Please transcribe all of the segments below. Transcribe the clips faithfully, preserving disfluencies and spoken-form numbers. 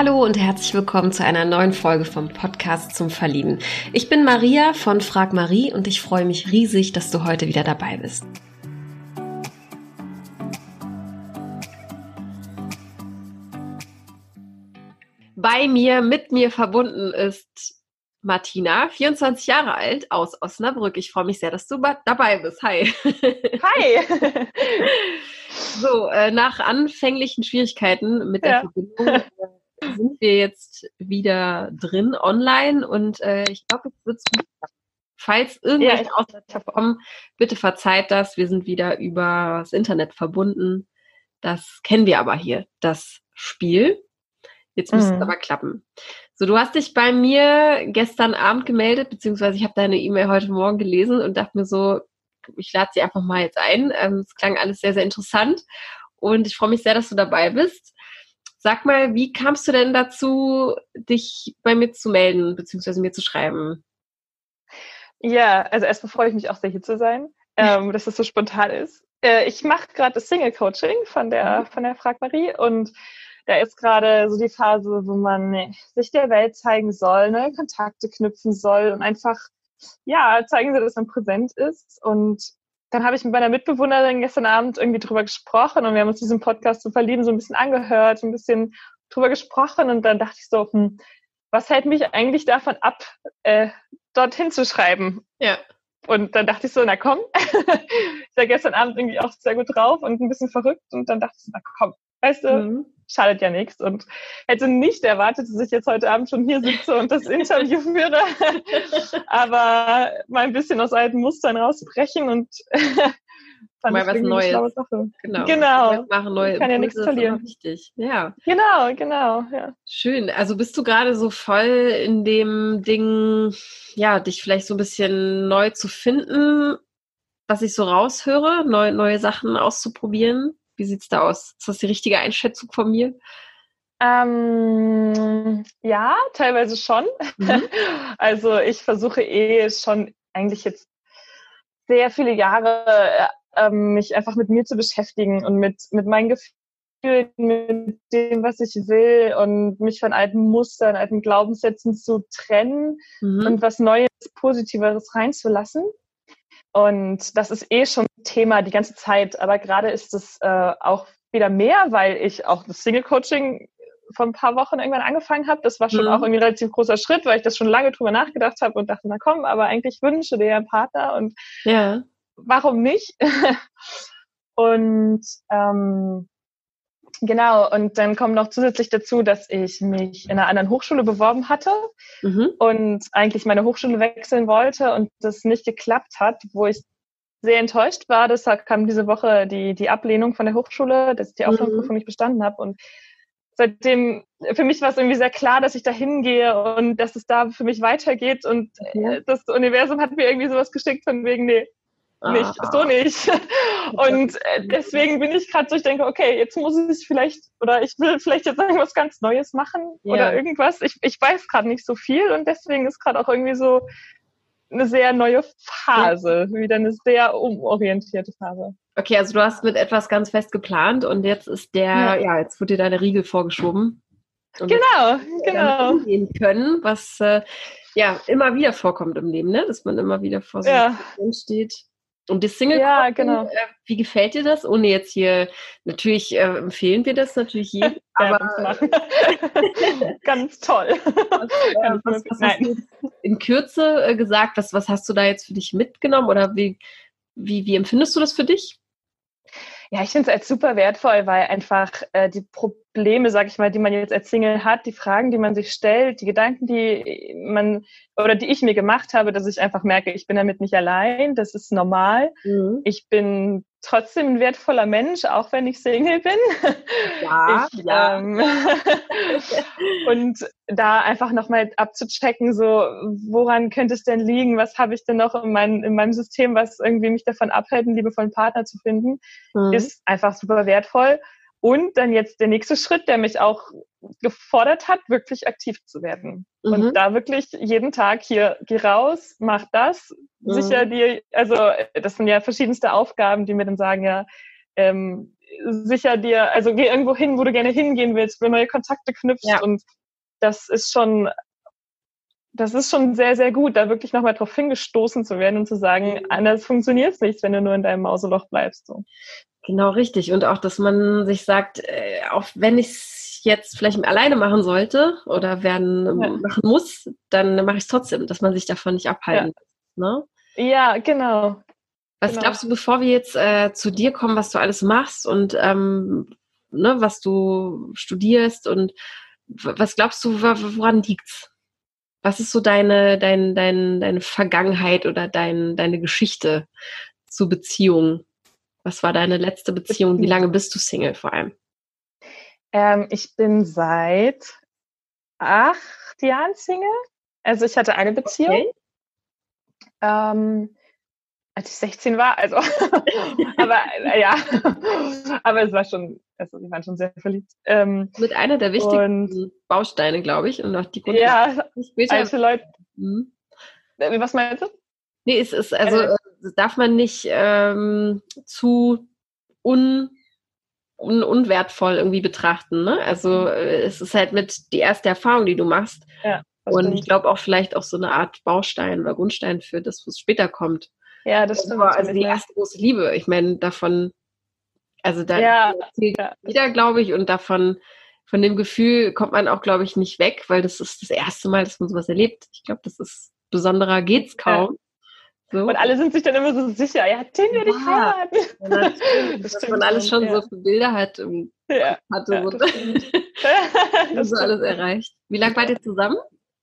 Hallo und herzlich willkommen zu einer neuen Folge vom Podcast zum Verlieben. Ich bin Maria von Frag Marie und ich freue mich riesig, dass du heute wieder dabei bist. Bei mir, mit mir verbunden ist Martina, vierundzwanzig Jahre alt, aus Osnabrück. Ich freue mich sehr, dass du dabei bist. Hi. Hi. So, äh, nach anfänglichen Schwierigkeiten mit der Ja. Verbindung äh, sind wir jetzt wieder drin online und äh, ich glaube, jetzt wird es gut. Falls irgendwelche Ja, Aussetzer kommen, bitte verzeiht das. Wir sind wieder über das Internet verbunden. Das kennen wir aber hier, das Spiel. Jetzt müsste Mhm. es aber klappen. So, du hast dich bei mir gestern Abend gemeldet, beziehungsweise ich habe deine E-Mail heute Morgen gelesen und dachte mir so, ich lade sie einfach mal jetzt ein. Ähm, es klang alles sehr, sehr interessant und ich freue mich sehr, dass du dabei bist. Sag mal, wie kamst du denn dazu, dich bei mir zu melden, beziehungsweise mir zu schreiben? Ja, also erstmal freue ich mich auch sehr, hier zu sein, ähm, dass das so spontan ist. Äh, ich mache gerade das Single-Coaching von der, von der Frag Marie und da ist gerade so die Phase, wo man sich der Welt zeigen soll, neue Kontakte knüpfen soll und einfach, ja, zeigen soll, dass man präsent ist. Und dann habe ich mit meiner Mitbewohnerin gestern Abend irgendwie drüber gesprochen und wir haben uns diesen Podcast zu verlieben so ein bisschen angehört, ein bisschen drüber gesprochen und dann dachte ich so, hm, was hält mich eigentlich davon ab, äh, dorthin zu schreiben? Ja. Und dann dachte ich so, na komm, ich war gestern Abend irgendwie auch sehr gut drauf und ein bisschen verrückt und dann dachte ich so, na komm, weißt du, Mhm. schadet ja nichts und hätte nicht erwartet, dass ich jetzt heute Abend schon hier sitze und das Interview führe, aber mal ein bisschen aus alten Mustern rausbrechen und fand mal ich was irgendwie Neues. eine schlaue Sache. Genau. Genau. Neues machen, neue Kann ja Impulse, nichts ist verlieren. immer wichtig. Ja. Genau, genau, ja. Schön. Also bist du gerade so voll in dem Ding, ja, dich vielleicht so ein bisschen neu zu finden, was ich so raushöre, neu, neue Sachen auszuprobieren? Wie sieht's da aus? Ist das die richtige Einschätzung von mir? Ähm, ja, teilweise schon. Mhm. Also ich versuche eh schon eigentlich jetzt sehr viele Jahre äh, ähm, mich einfach mit mir zu beschäftigen und mit, mit meinen Gefühlen, mit dem, was ich will und mich von alten Mustern, alten Glaubenssätzen zu trennen Mhm. und was Neues, Positiveres reinzulassen. Und das ist eh schon Thema die ganze Zeit, aber gerade ist es äh, auch wieder mehr, weil ich auch das Single-Coaching vor ein paar Wochen irgendwann angefangen habe. Das war schon Mhm. auch irgendwie ein relativ großer Schritt, weil ich das schon lange drüber nachgedacht habe und dachte, na komm, aber eigentlich wünsche dir einen Partner und Ja. warum nicht? Und ähm, genau, und dann kommt noch zusätzlich dazu, dass ich mich in einer anderen Hochschule beworben hatte Mhm. und eigentlich meine Hochschule wechseln wollte und das nicht geklappt hat, wo ich sehr enttäuscht war. Deshalb kam diese Woche die, die Ablehnung von der Hochschule, dass ich die Aufnahmeprüfung Mhm. nicht bestanden habe. Und seitdem, für mich war es irgendwie sehr klar, dass ich da hingehe und dass es da für mich weitergeht. Und Ja. das Universum hat mir irgendwie sowas geschickt von wegen, nee, nicht, Ah. so nicht. Und deswegen bin ich gerade so, ich denke, okay, jetzt muss ich vielleicht, oder ich will vielleicht jetzt irgendwas ganz Neues machen Ja. oder irgendwas. Ich, ich weiß gerade nicht so viel und deswegen ist gerade auch irgendwie so eine sehr neue Phase, ja. Wieder eine sehr umorientierte Phase. Okay, also du hast mit etwas ganz fest geplant und jetzt ist der, ja, ja jetzt wird dir deine Riegel vorgeschoben. Und genau, jetzt, genau. Damit umgehen können, was äh, ja immer wieder vorkommt im Leben, ne? Dass man immer wieder vor so ja. steht. Und das Single ja, genau. äh, wie gefällt dir das? Ohne jetzt hier, natürlich äh, empfehlen wir das natürlich jedem, aber ganz toll. Was, äh, was, was hast du in Kürze äh, gesagt? Was, was hast du da jetzt für dich mitgenommen oder wie, wie, wie empfindest du das für dich? Ja, ich finde es als super wertvoll, weil einfach äh, die Probleme, sag ich mal, die man jetzt als Single hat, die Fragen, die man sich stellt, die Gedanken, die man oder die ich mir gemacht habe, dass ich einfach merke, ich bin damit nicht allein, das ist normal. Mhm. Ich bin trotzdem ein wertvoller Mensch, auch wenn ich Single bin. Ja, ich, ja. Ähm, und da einfach nochmal abzuchecken, so woran könnte es denn liegen, was habe ich denn noch in, mein, in meinem System, was irgendwie mich davon abhält, einen liebevollen Partner zu finden, mhm. ist einfach super wertvoll. Und dann jetzt der nächste Schritt, der mich auch gefordert hat, wirklich aktiv zu werden. Mhm. Und da wirklich jeden Tag hier, geh raus, mach das, mhm. sicher dir, also das sind ja verschiedenste Aufgaben, die mir dann sagen, ja, ähm, sicher dir, also geh irgendwo hin, wo du gerne hingehen willst, wo du neue Kontakte knüpfst Ja. und das ist schon, das ist schon sehr, sehr gut, da wirklich nochmal drauf hingestoßen zu werden und zu sagen, Mhm. anders funktioniert es nicht, wenn du nur in deinem Mauseloch bleibst. So. Genau, richtig. Und auch, dass man sich sagt, äh, auch wenn ich es jetzt vielleicht alleine machen sollte oder werden Ja. machen muss, dann mache ich es trotzdem, dass man sich davon nicht abhalten Ja. lässt. Ne? Ja, genau. Was genau. glaubst du, bevor wir jetzt äh, zu dir kommen, was du alles machst und ähm, ne, was du studierst und w- was glaubst du, w- woran liegt's? Was ist so deine, dein, dein, deine Vergangenheit oder dein, deine Geschichte zu Beziehungen? Was war deine letzte Beziehung? Wie lange bist du Single vor allem? Ähm, ich bin seit acht Jahren Single. Also ich hatte eine Beziehung, Okay. ähm, als ich sechzehn war. Also, aber äh, ja, aber es war schon, also wir waren schon sehr verliebt. Ähm, Mit einer der und wichtigsten Bausteine, glaube ich, und auch die Grundlage. ja, Später. alte Leute. Hm. Äh, Was meinst du? Nee, es ist, also Äh, äh, darf man nicht ähm, zu un, un, unwertvoll irgendwie betrachten. Ne? Also äh, es ist halt mit die erste Erfahrung, die du machst. ja, das Und stimmt. ich glaube auch vielleicht auch so eine Art Baustein oder Grundstein für das, was später kommt. Ja, das stimmt. Aber, also natürlich, die ne? erste große Liebe, ich meine, davon, also da Ja, erzählt ja, jeder, glaube ich, und davon, von dem Gefühl kommt man auch, glaube ich, nicht weg, weil das ist das erste Mal, dass man sowas erlebt. Ich glaube, das ist besonderer geht's ja. kaum. So. Und alle sind sich dann immer so sicher, ja, den werde ich Ja, heiraten. ja, natürlich, Das was stimmt man alles schon ja. so für Bilder hat im Ja, Kopf hatte, ja, so, das stimmt. was Das so stimmt. alles erreicht. Wie lange wart ihr zusammen?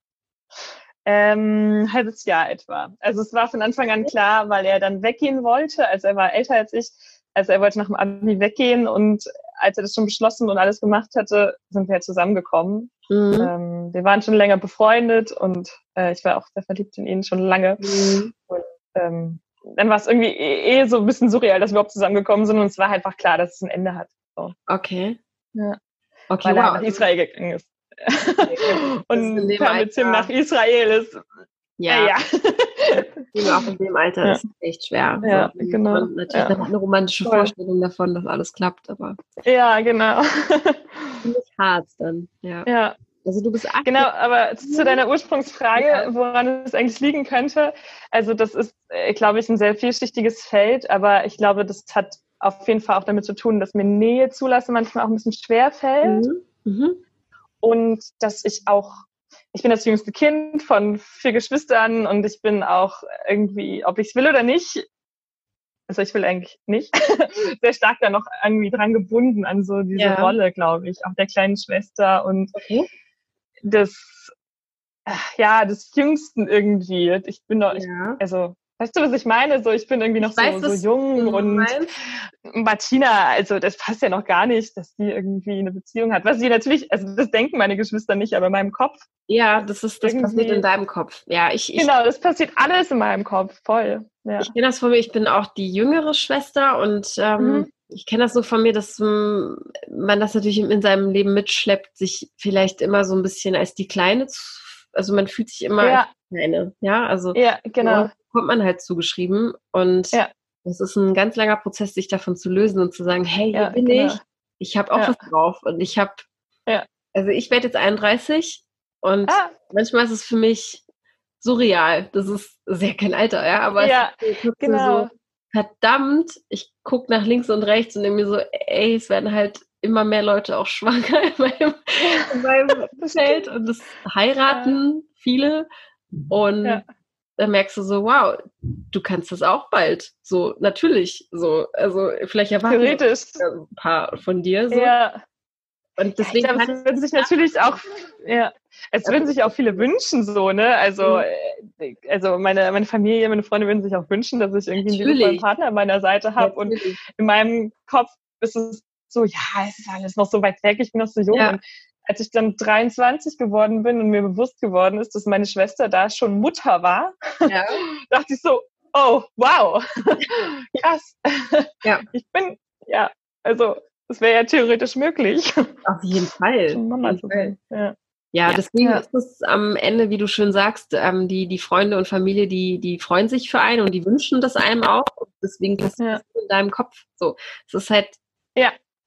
Ähm, ein halbes Jahr etwa. Also es war von Anfang an klar, weil er dann weggehen wollte. Also er war älter als ich. Also er wollte nach dem Abi weggehen und als er das schon beschlossen und alles gemacht hatte, sind wir halt zusammengekommen. Mhm. Ähm, wir waren schon länger befreundet und äh, ich war auch sehr verliebt in ihn schon lange. Mhm. Und ähm, dann war es irgendwie eh, eh so ein bisschen surreal, dass wir überhaupt zusammengekommen sind und es war halt einfach klar, dass es ein Ende hat. So. Okay. Ja. Okay, Weil er wow. halt nach Israel gegangen ist. in Und dem Fernbeziehung Alter. nach Israel ist, Ja, äh, ja. Beziehung auch in dem Alter Ja. ist echt schwer. Ja, so, genau. Man natürlich Ja. dann hat eine romantische Voll. Vorstellung davon, dass alles klappt, aber Ja, genau. ziemlich hart dann. Ja. Ja, Also du bist achtzehn. genau, aber zu deiner Ursprungsfrage, Ja. woran es eigentlich liegen könnte, also das ist, äh, glaube ich, ein sehr vielschichtiges Feld, aber ich glaube, das hat auf jeden Fall auch damit zu tun, dass mir Nähe zulassen manchmal auch ein bisschen schwer fällt Mhm. Mhm. und dass ich auch, ich bin das jüngste Kind von vier Geschwistern und ich bin auch irgendwie, ob ich es will oder nicht, also ich will eigentlich nicht, sehr stark da noch irgendwie dran gebunden an so diese Ja. Rolle, glaube ich, auch der kleinen Schwester und Okay. des, ja, des Jüngsten irgendwie. Ich bin doch, ich, Ja. also, weißt du, was ich meine? So, ich bin irgendwie noch Ich weiß, so, so was jung du und meinst. Martina, also das passt ja noch gar nicht, dass die irgendwie eine Beziehung hat. Was sie natürlich, also das denken meine Geschwister nicht, aber in meinem Kopf. Ja, das ist, das Irgendwie- passiert in deinem Kopf. Ja, ich, ich, Genau, das passiert alles in meinem Kopf, voll. Ja. ich kenne das von mir. Ich bin auch die jüngere Schwester und ähm, Mhm. ich kenne das so von mir, dass ähm, man das natürlich in seinem Leben mitschleppt, sich vielleicht immer so ein bisschen als die Kleine, zu, also man fühlt sich immer Ja. als die Kleine. Ja, also Ja, genau. so kommt man halt zugeschrieben und Ja. das ist ein ganz langer Prozess, sich davon zu lösen und zu sagen, hey, hier Ja, bin genau. ich, ich habe auch Ja. was drauf und ich habe, Ja. also ich werde jetzt einunddreißig und Ah, manchmal ist es für mich surreal. Das ist sehr kein Alter, ja, aber ja, es ist trotzdem genau. so, verdammt, ich gucke nach links und rechts und denke mir so, ey, es werden halt immer mehr Leute auch schwanger in meinem, in meinem Das Feld und das heiraten viele und Ja. dann merkst du so, wow, du kannst das auch bald. So, natürlich. So, also vielleicht erwarten Theoretisch. ein paar von dir. So. Ja. Und Ich deswegen glaube, kann es würden sich natürlich auch, ja, es würden sich auch viele wünschen, so, ne? Also, äh, also meine, meine Familie, meine Freunde würden sich auch wünschen, dass ich irgendwie einen Natürlich. liebevollen Partner an meiner Seite habe. Und Natürlich. in meinem Kopf ist es so, ja, es ist alles noch so weit weg, ich bin noch so jung. Ja. Und als ich dann dreiundzwanzig geworden bin und mir bewusst geworden ist, dass meine Schwester da schon Mutter war, Ja. dachte ich so, oh, wow, krass. Ja. Ich bin, ja, also, es wäre ja theoretisch möglich. Auf jeden Fall. Schon Mama Auf jeden zu Fall. sein. Ja. Ja, Ja. deswegen Ja. ist es am Ende, wie du schön sagst, ähm, die, die Freunde und Familie, die, die freuen sich für einen und die wünschen das einem auch. Und deswegen passiert Ja. das in deinem Kopf. So, es ist halt Ja.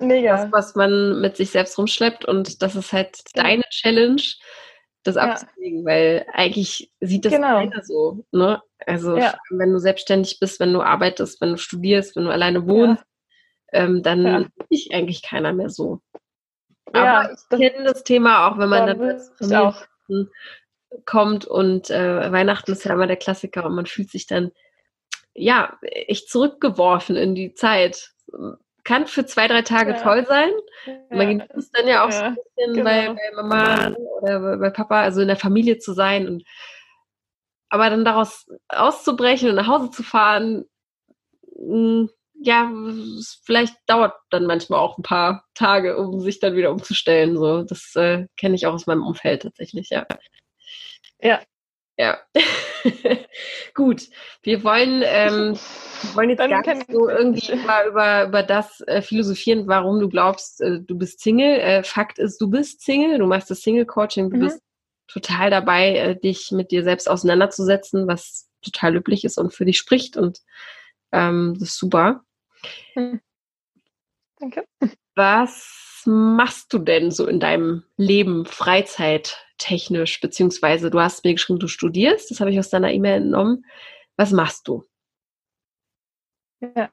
Mega. das, was man mit sich selbst rumschleppt und das ist halt Genau. deine Challenge, das Ja. abzulegen, weil eigentlich sieht das Genau. keiner so, ne? Also Ja. wenn du selbstständig bist, wenn du arbeitest, wenn du studierst, wenn du alleine wohnst, ja. ähm, dann Ja. sieht dich eigentlich keiner mehr so. Ja, Aber ich kenne das Thema auch, wenn man da dann will als ich auch. Familie kommt und äh, Weihnachten ist ja immer der Klassiker und man fühlt sich dann ja echt zurückgeworfen in die Zeit. Kann für zwei, drei Tage Ja. toll sein. Ja. Man genießt es dann ja auch Ja. so ein bisschen Genau. bei, bei Mama oder bei, bei Papa, also in der Familie zu sein. Und aber dann daraus auszubrechen und nach Hause zu fahren, mh, ja, vielleicht dauert dann manchmal auch ein paar Tage, um sich dann wieder umzustellen. So, das äh, kenne ich auch aus meinem Umfeld tatsächlich, ja. Ja. Ja. Gut. Wir wollen, ähm, wir wollen jetzt Dann gar nicht so irgendwie über, über, über das äh, philosophieren, warum du glaubst, äh, du bist Single. Äh, Fakt ist, du bist Single, du machst das Single-Coaching, du Mhm. bist total dabei, äh, dich mit dir selbst auseinanderzusetzen, was total löblich ist und für dich spricht und ähm, das ist super. Mhm. Danke. Was machst du denn so in deinem Leben freizeittechnisch, beziehungsweise du hast mir geschrieben, du studierst, das habe ich aus deiner E-Mail entnommen. Was machst du? Ja.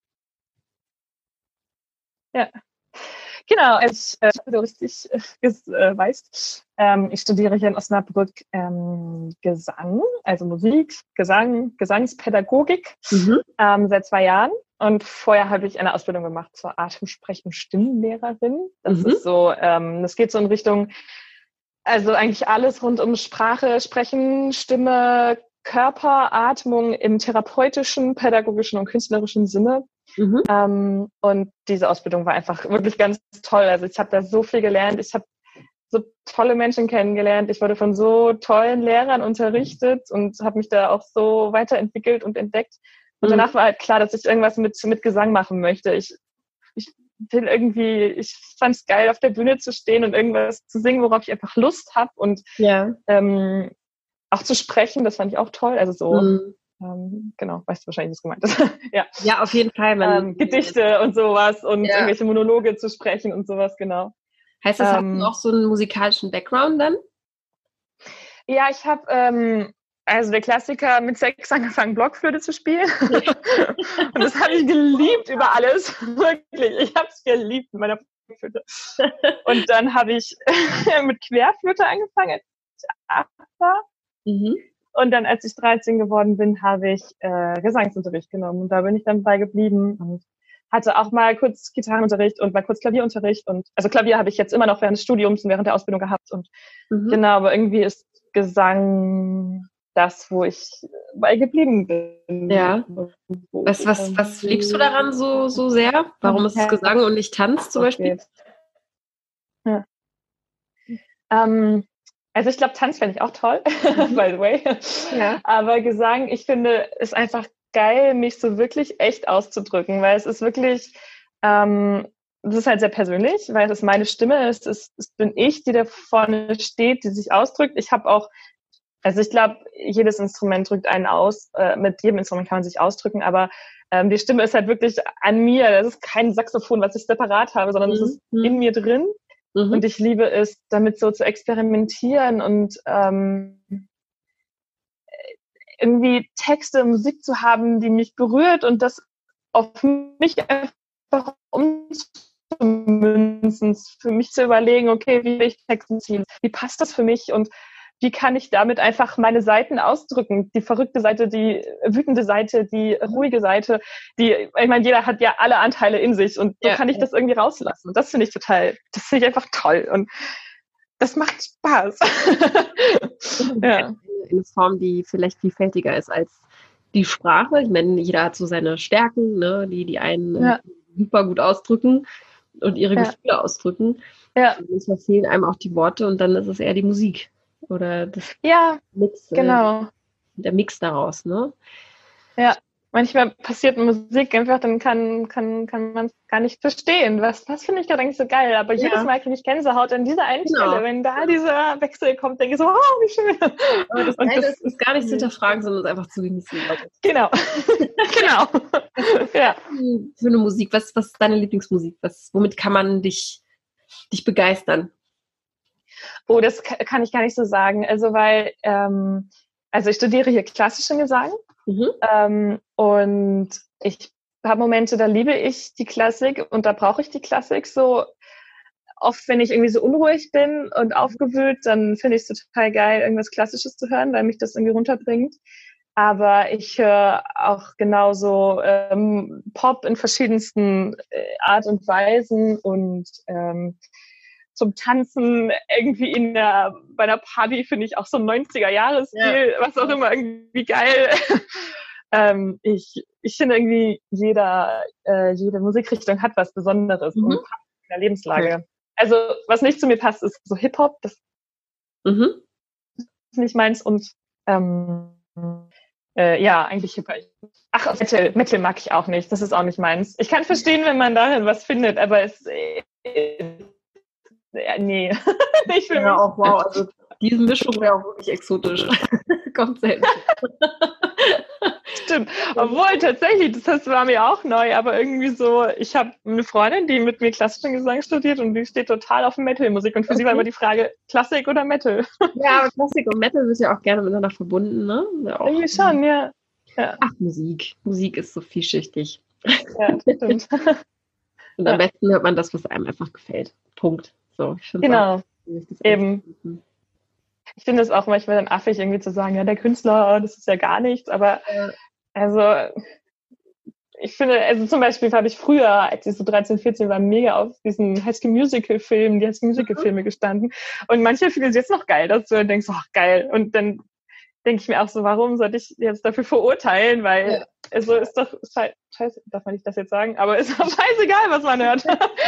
Ja. Genau, als äh, du richtig äh, äh, weißt, ähm, ich studiere hier in Osnabrück ähm, Gesang, also Musik, Gesang, Gesangspädagogik Mhm. ähm, seit zwei Jahren. Und vorher habe ich eine Ausbildung gemacht zur Atemsprech- und Stimmenlehrerin. Das Mhm. ist so, ähm, das geht so in Richtung, also eigentlich alles rund um Sprache, Sprechen, Stimme, Körper, Atmung im therapeutischen, pädagogischen und künstlerischen Sinne. Mhm. Ähm, und diese Ausbildung war einfach wirklich ganz toll. Also ich habe da so viel gelernt. Ich habe so tolle Menschen kennengelernt. Ich wurde von so tollen Lehrern unterrichtet und habe mich da auch so weiterentwickelt und entdeckt. Und Mhm. danach war halt klar, dass ich irgendwas mit, mit Gesang machen möchte. Ich, ich will irgendwie, ich fand es geil, auf der Bühne zu stehen und irgendwas zu singen, worauf ich einfach Lust habe. Und Ja. ähm, auch zu sprechen, das fand ich auch toll. Also so, Mhm. ähm, genau, weißt du wahrscheinlich, was gemeint ist. Ja. Ja, auf jeden Fall. Man, ähm, Gedichte und sowas und ja. irgendwelche Monologe zu sprechen und sowas, genau. Heißt das, Ähm, hast du auch so einen musikalischen Background dann? Ja, ich habe, ähm, also der Klassiker, mit sechs angefangen, Blockflöte zu spielen. Und das habe ich geliebt über alles. Wirklich, ich habe es geliebt mit meiner Blockflöte. Und dann habe ich mit Querflöte angefangen, als ich acht war. Mhm. Und dann, als ich dreizehn geworden bin, habe ich äh, Gesangsunterricht genommen. Und da bin ich dann bei geblieben und hatte auch mal kurz Gitarrenunterricht und mal kurz Klavierunterricht. Und also Klavier habe ich jetzt immer noch während des Studiums und während der Ausbildung gehabt. Und Mhm. genau, aber irgendwie ist Gesang das, wo ich bei geblieben bin. Ja. Was, was, was liebst du daran so, so sehr? Warum ist es Gesang und nicht Tanz zum Beispiel? Ja. Ähm, also ich glaube, Tanz fände ich auch toll, Mhm. by the way. Ja. Aber Gesang, ich finde, ist einfach geil, mich so wirklich echt auszudrücken, weil es ist wirklich, ähm, das ist halt sehr persönlich, weil es ist meine Stimme, es, ist, es bin ich, die da vorne steht, die sich ausdrückt. Ich habe auch, also ich glaube, jedes Instrument drückt einen aus, äh, mit jedem Instrument kann man sich ausdrücken, aber ähm, die Stimme ist halt wirklich an mir, das ist kein Saxophon, was ich separat habe, sondern es Mhm. ist in mir drin. Mhm. Und ich liebe es, damit so zu experimentieren und ähm, irgendwie Texte, Musik zu haben, die mich berührt und das auf mich einfach umzumünzen, für mich zu überlegen, okay, wie will ich Texte ziehen? Wie passt das für mich? Und wie kann ich damit einfach meine Seiten ausdrücken? Die verrückte Seite, die wütende Seite, die ruhige Seite, die, ich meine, jeder hat ja alle Anteile in sich und so ja. kann ich das irgendwie rauslassen. Und das finde ich total, das finde ich einfach toll und das macht Spaß. Ja. Eine Form, die vielleicht vielfältiger ist als die Sprache. Ich meine, jeder hat so seine Stärken, ne, die die einen ja. super gut ausdrücken und ihre ja. Gefühle ausdrücken. Ja. Und manchmal fehlen einem auch die Worte und dann ist es eher die Musik oder das ja, Mix, genau. äh, der Mix daraus, ne? Ja. manchmal passiert Musik einfach, dann kann, kann, kann man es gar nicht verstehen. Was, was finde ich gerade eigentlich so geil? Aber ja. jedes Mal kriege ich Gänsehaut an dieser einen genau. Stelle. Wenn da dieser Wechsel kommt, denke ich so, oh, wie schön. Aber das Geile ist, ist gar nicht zu hinterfragen, sondern es einfach zu genießen. Genau. Genau. Ja. Für eine Musik, was, was ist deine Lieblingsmusik? Was, womit kann man dich, dich begeistern? Oh, das kann ich gar nicht so sagen. Also, weil, ähm, also ich studiere hier klassischen Gesang. Mhm. Ähm, und ich habe Momente, da liebe ich die Klassik und da brauche ich die Klassik so. Oft, wenn ich irgendwie so unruhig bin und aufgewühlt, dann finde ich es total geil, irgendwas Klassisches zu hören, weil mich das irgendwie runterbringt. Aber ich höre auch genauso ähm, Pop in verschiedensten äh, Art und Weisen und ähm, zum Tanzen irgendwie in der, bei einer Party finde ich auch so ein neunziger-Jahres-Stil, ja. was auch immer, irgendwie geil. ähm, ich, ich finde irgendwie, jeder, äh, jede Musikrichtung hat was Besonderes mhm. und passt in der Lebenslage. Okay. Also, was nicht zu mir passt, ist so Hip-Hop, das mhm. ist nicht meins und ähm, äh, ja, eigentlich Hip-Hop. Ach, Metal, Metal mag ich auch nicht, das ist auch nicht meins. Ich kann verstehen, wenn man darin was findet, aber es äh, Ja, nee. Ich will ja, auch, wow, also diese Mischung wäre auch wirklich exotisch. Kommt selten. Stimmt. Obwohl, tatsächlich, das war mir auch neu, aber irgendwie so, ich habe eine Freundin, die mit mir klassischen Gesang studiert und die steht total auf Metal-Musik und für okay. sie war immer die Frage, Klassik oder Metal? Ja, aber Klassik und Metal sind ja auch gerne miteinander verbunden, ne? Ja, auch. Irgendwie schon, ja. ja. Ach, Musik. Musik ist so vielschichtig. Ja, stimmt. Und am ja. besten hört man das, was einem einfach gefällt. Punkt. So, ich genau, auch, eben. Ich finde es auch manchmal dann affig, irgendwie zu sagen, ja, der Künstler, das ist ja gar nichts, aber ja. also ich finde, also zum Beispiel habe ich früher, als ich so dreizehn, vierzehn war, mega auf diesen High School Musical Filmen, die High School Musical Filme gestanden und manche finden es jetzt noch geil, dass du denkst, ach geil, und dann denke ich mir auch so, warum sollte ich jetzt dafür verurteilen, weil ja. also ist doch, ist halt, scheiße, darf man nicht das jetzt sagen, aber ist doch scheißegal, was man hört.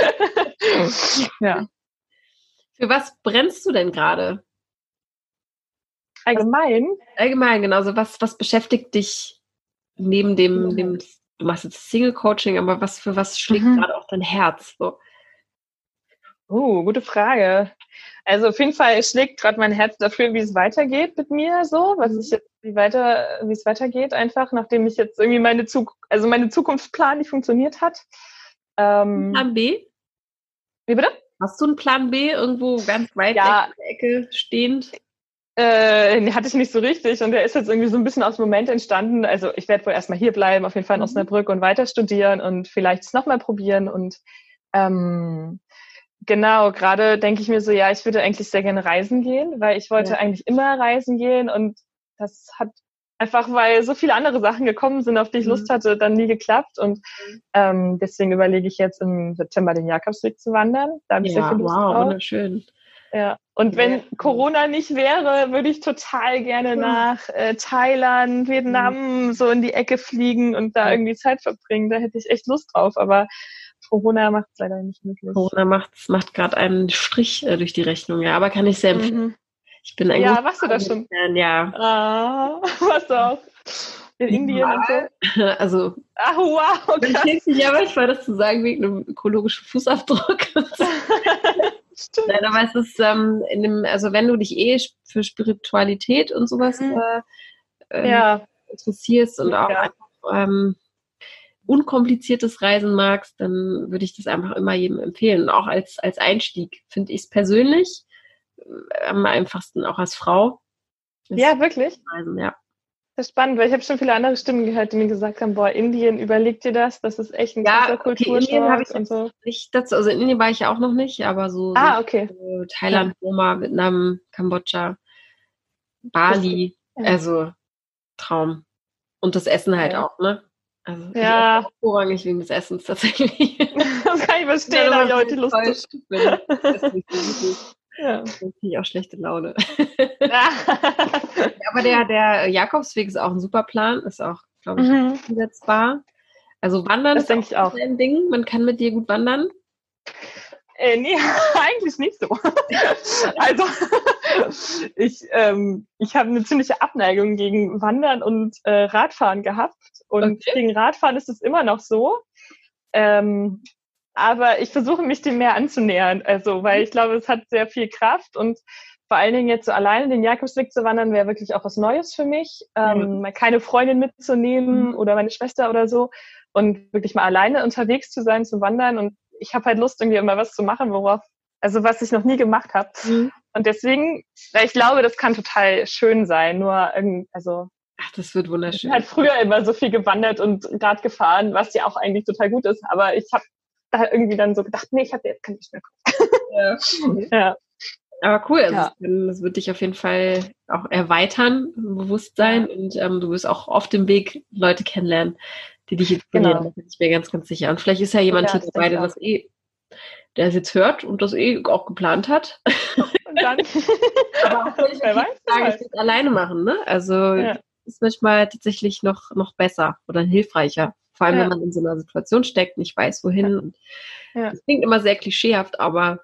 Ja. Für was brennst du denn gerade? Allgemein? Was, allgemein, genau. So was, was beschäftigt dich neben dem, mhm. dem, du machst jetzt Single-Coaching, aber was für was schlägt mhm. gerade auch dein Herz? So? Oh, gute Frage. Also auf jeden Fall schlägt gerade mein Herz dafür, wie es weitergeht mit mir, so, was ich jetzt, wie weiter, wie es weitergeht, einfach, nachdem ich jetzt irgendwie meine Zukunft, also meine Zukunftsplan nicht funktioniert hat. Ähm, Plan B? Wie bitte? Hast du einen Plan B irgendwo ganz weit ja. weg in der Ecke stehend? Äh, den hatte ich nicht so richtig und der ist jetzt irgendwie so ein bisschen aus dem Moment entstanden. Also ich werde wohl erstmal hier bleiben, auf jeden Fall in mhm. Osnabrück und weiter studieren und vielleicht es nochmal probieren und ähm, genau, gerade denke ich mir so, ja, ich würde eigentlich sehr gerne reisen gehen, weil ich wollte ja. eigentlich immer reisen gehen und das hat einfach, weil so viele andere Sachen gekommen sind, auf die ich mhm. Lust hatte, dann nie geklappt und ähm, deswegen überlege ich jetzt im September den Jakobsweg zu wandern. Da habe ich ja, sehr viel Lust wow, drauf. Wunderschön. Ja, und wenn ja. Corona nicht wäre, würde ich total gerne nach äh, Thailand, Vietnam, mhm. so in die Ecke fliegen und da irgendwie Zeit verbringen. Da hätte ich echt Lust drauf, aber Corona macht es leider nicht möglich. Corona macht's, macht gerade einen Strich äh, durch die Rechnung, ja, aber kann ich sehr empfehlen. Mhm. Ich bin ein Ja, warst du das schon? Ja. Ah, warst du auch in Indien und so? Also, ach, wow, okay. Ich hilft nicht, aber ich war das zu sagen wegen einem ökologischen Fußabdruck. Stimmt. Nein, aber es ist, ähm, in dem, also wenn du dich eh für Spiritualität und sowas mhm. äh, ähm, ja. interessierst und ja. auch einfach ähm, unkompliziertes Reisen magst, dann würde ich das einfach immer jedem empfehlen. Und auch als, als Einstieg finde ich es persönlich am einfachsten, auch als Frau. Ja, wirklich? Reisen, ja. Das ist spannend, weil ich habe schon viele andere Stimmen gehört, die mir gesagt haben, boah, Indien, überleg dir das, das ist echt ein krasser ja, okay, Kulturschock Indien habe ich und so. Nicht dazu, also in Indien war ich ja auch noch nicht, aber so, ah, so okay. so Thailand, Burma, Vietnam, Kambodscha, Bali, ja. also Traum. Und das Essen halt ja. auch, ne? Also ja. ich esse vorrangig wegen des Essens tatsächlich. Das kann ich verstehen, da habe ich heute Lust drauf. Ja. Das kriege ich auch schlechte Laune. Ja, aber der, der Jakobsweg ist auch ein super Plan, ist auch, glaube ich, mhm. umsetzbar. Also Wandern das ist denke ich auch ein Ding. Man kann mit dir gut wandern. Äh, nee, eigentlich nicht so. Also, ich ähm, ich habe eine ziemliche Abneigung gegen Wandern und äh, Radfahren gehabt. Und okay. Gegen Radfahren ist es immer noch so. Ähm, aber ich versuche mich dem mehr anzunähern. Also, weil ich glaube, es hat sehr viel Kraft und vor allen Dingen jetzt so alleine den Jakobsweg zu wandern, wäre wirklich auch was Neues für mich. Ähm, mal keine Freundin mitzunehmen mhm. oder meine Schwester oder so und wirklich mal alleine unterwegs zu sein, zu wandern. Und ich habe halt Lust, irgendwie immer was zu machen, worauf, also was ich noch nie gemacht habe. Mhm. Und deswegen, weil ich glaube, das kann total schön sein. Nur irgendwie, also ach, das wird wunderschön. Ich bin halt früher immer so viel gewandert und Rad gefahren, was ja auch eigentlich total gut ist. Aber ich habe da irgendwie dann so gedacht, nee, ich habe jetzt keinen Lust mehr. Ja. ja. Aber cool, also ja. das wird dich auf jeden Fall auch erweitern, Bewusstsein ja. und ähm, du wirst auch auf dem Weg Leute kennenlernen, die dich inspirieren. Genau. Da bin ich mir ganz, ganz sicher. Und vielleicht ist ja jemand ja, hier dabei, der das eh, der es jetzt hört und das eh auch geplant hat. Und dann aber auch wenn ich wer weiß, sagen, ich das alleine machen, ne? Also ja. ist manchmal tatsächlich noch, noch besser oder hilfreicher. Vor allem, ja. wenn man in so einer Situation steckt, nicht weiß, wohin. Ja. Und ja. das klingt immer sehr klischeehaft, aber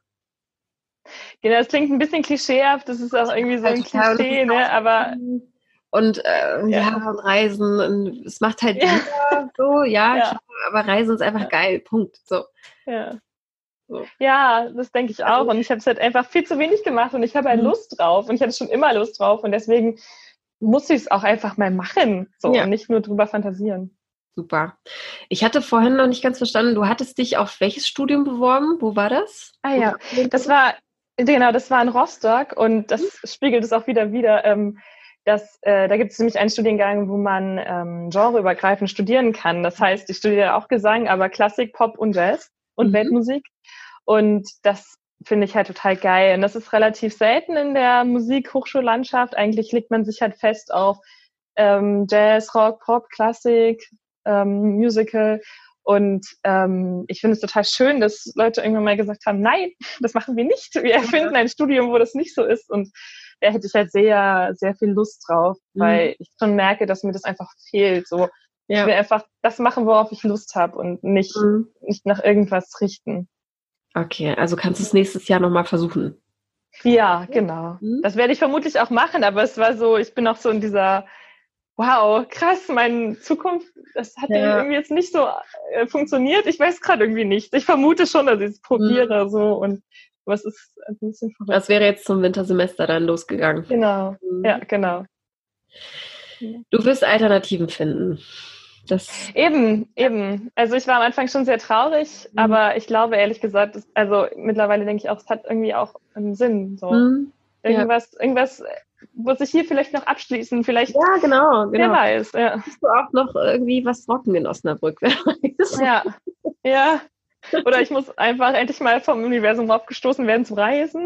genau, das klingt ein bisschen klischeehaft, das ist auch irgendwie so ein ja, Klischee, ne, aber und äh, ja. ja, und Reisen, und es macht halt ja. jeder so, ja, ja. Klar, aber Reisen ist einfach ja. geil, Punkt, so. Ja, so. Ja, das denke ich auch und ich habe es halt einfach viel zu wenig gemacht und ich habe halt mhm. Lust drauf und ich hatte schon immer Lust drauf und deswegen muss ich es auch einfach mal machen, so, ja. und nicht nur drüber fantasieren. Super. Ich hatte vorhin noch nicht ganz verstanden, du hattest dich auf welches Studium beworben? Wo war das? Ah ja, das war Genau, das war in Rostock und das mhm. spiegelt es auch wieder wider. Ähm, dass, äh, da gibt es nämlich einen Studiengang, wo man ähm, genreübergreifend studieren kann. Das heißt, ich studiere auch Gesang, aber Klassik, Pop und Jazz und mhm. Weltmusik. Und das finde ich halt total geil. Und das ist relativ selten in der Musik-Hochschullandschaft. Eigentlich legt man sich halt fest auf ähm, Jazz, Rock, Pop, Klassik, ähm, Musical. Und ähm, ich finde es total schön, dass Leute irgendwann mal gesagt haben, nein, das machen wir nicht. Wir erfinden ein Studium, wo das nicht so ist. Und da hätte ich halt sehr, sehr viel Lust drauf, mhm. weil ich schon merke, dass mir das einfach fehlt. So, ja. Ich will einfach das machen, worauf ich Lust habe und nicht, mhm. nicht nach irgendwas richten. Okay, also kannst du es nächstes Jahr nochmal versuchen? Ja, genau. Mhm. Das werde ich vermutlich auch machen, aber es war so, ich bin auch so in dieser wow, krass, meine Zukunft, das hat ja. irgendwie jetzt nicht so äh, funktioniert. Ich weiß gerade irgendwie nicht. Ich vermute schon, dass ich es probiere mhm. so und was ist ein bisschen verrückt. Das wäre jetzt zum Wintersemester dann losgegangen. Genau, mhm. ja, genau. Du wirst Alternativen finden. Das eben, eben. Also ich war am Anfang schon sehr traurig, mhm. aber ich glaube ehrlich gesagt, das, also mittlerweile denke ich auch, es hat irgendwie auch einen Sinn. So. Mhm. Irgendwas, ja. irgendwas muss ich hier vielleicht noch abschließen, vielleicht. Ja, genau, genau. Wer weiß, ja. Hast du auch noch irgendwie was rocken in Osnabrück, wer weiß. Ja, ja. Oder ich muss einfach endlich mal vom Universum aufgestoßen werden zu reisen.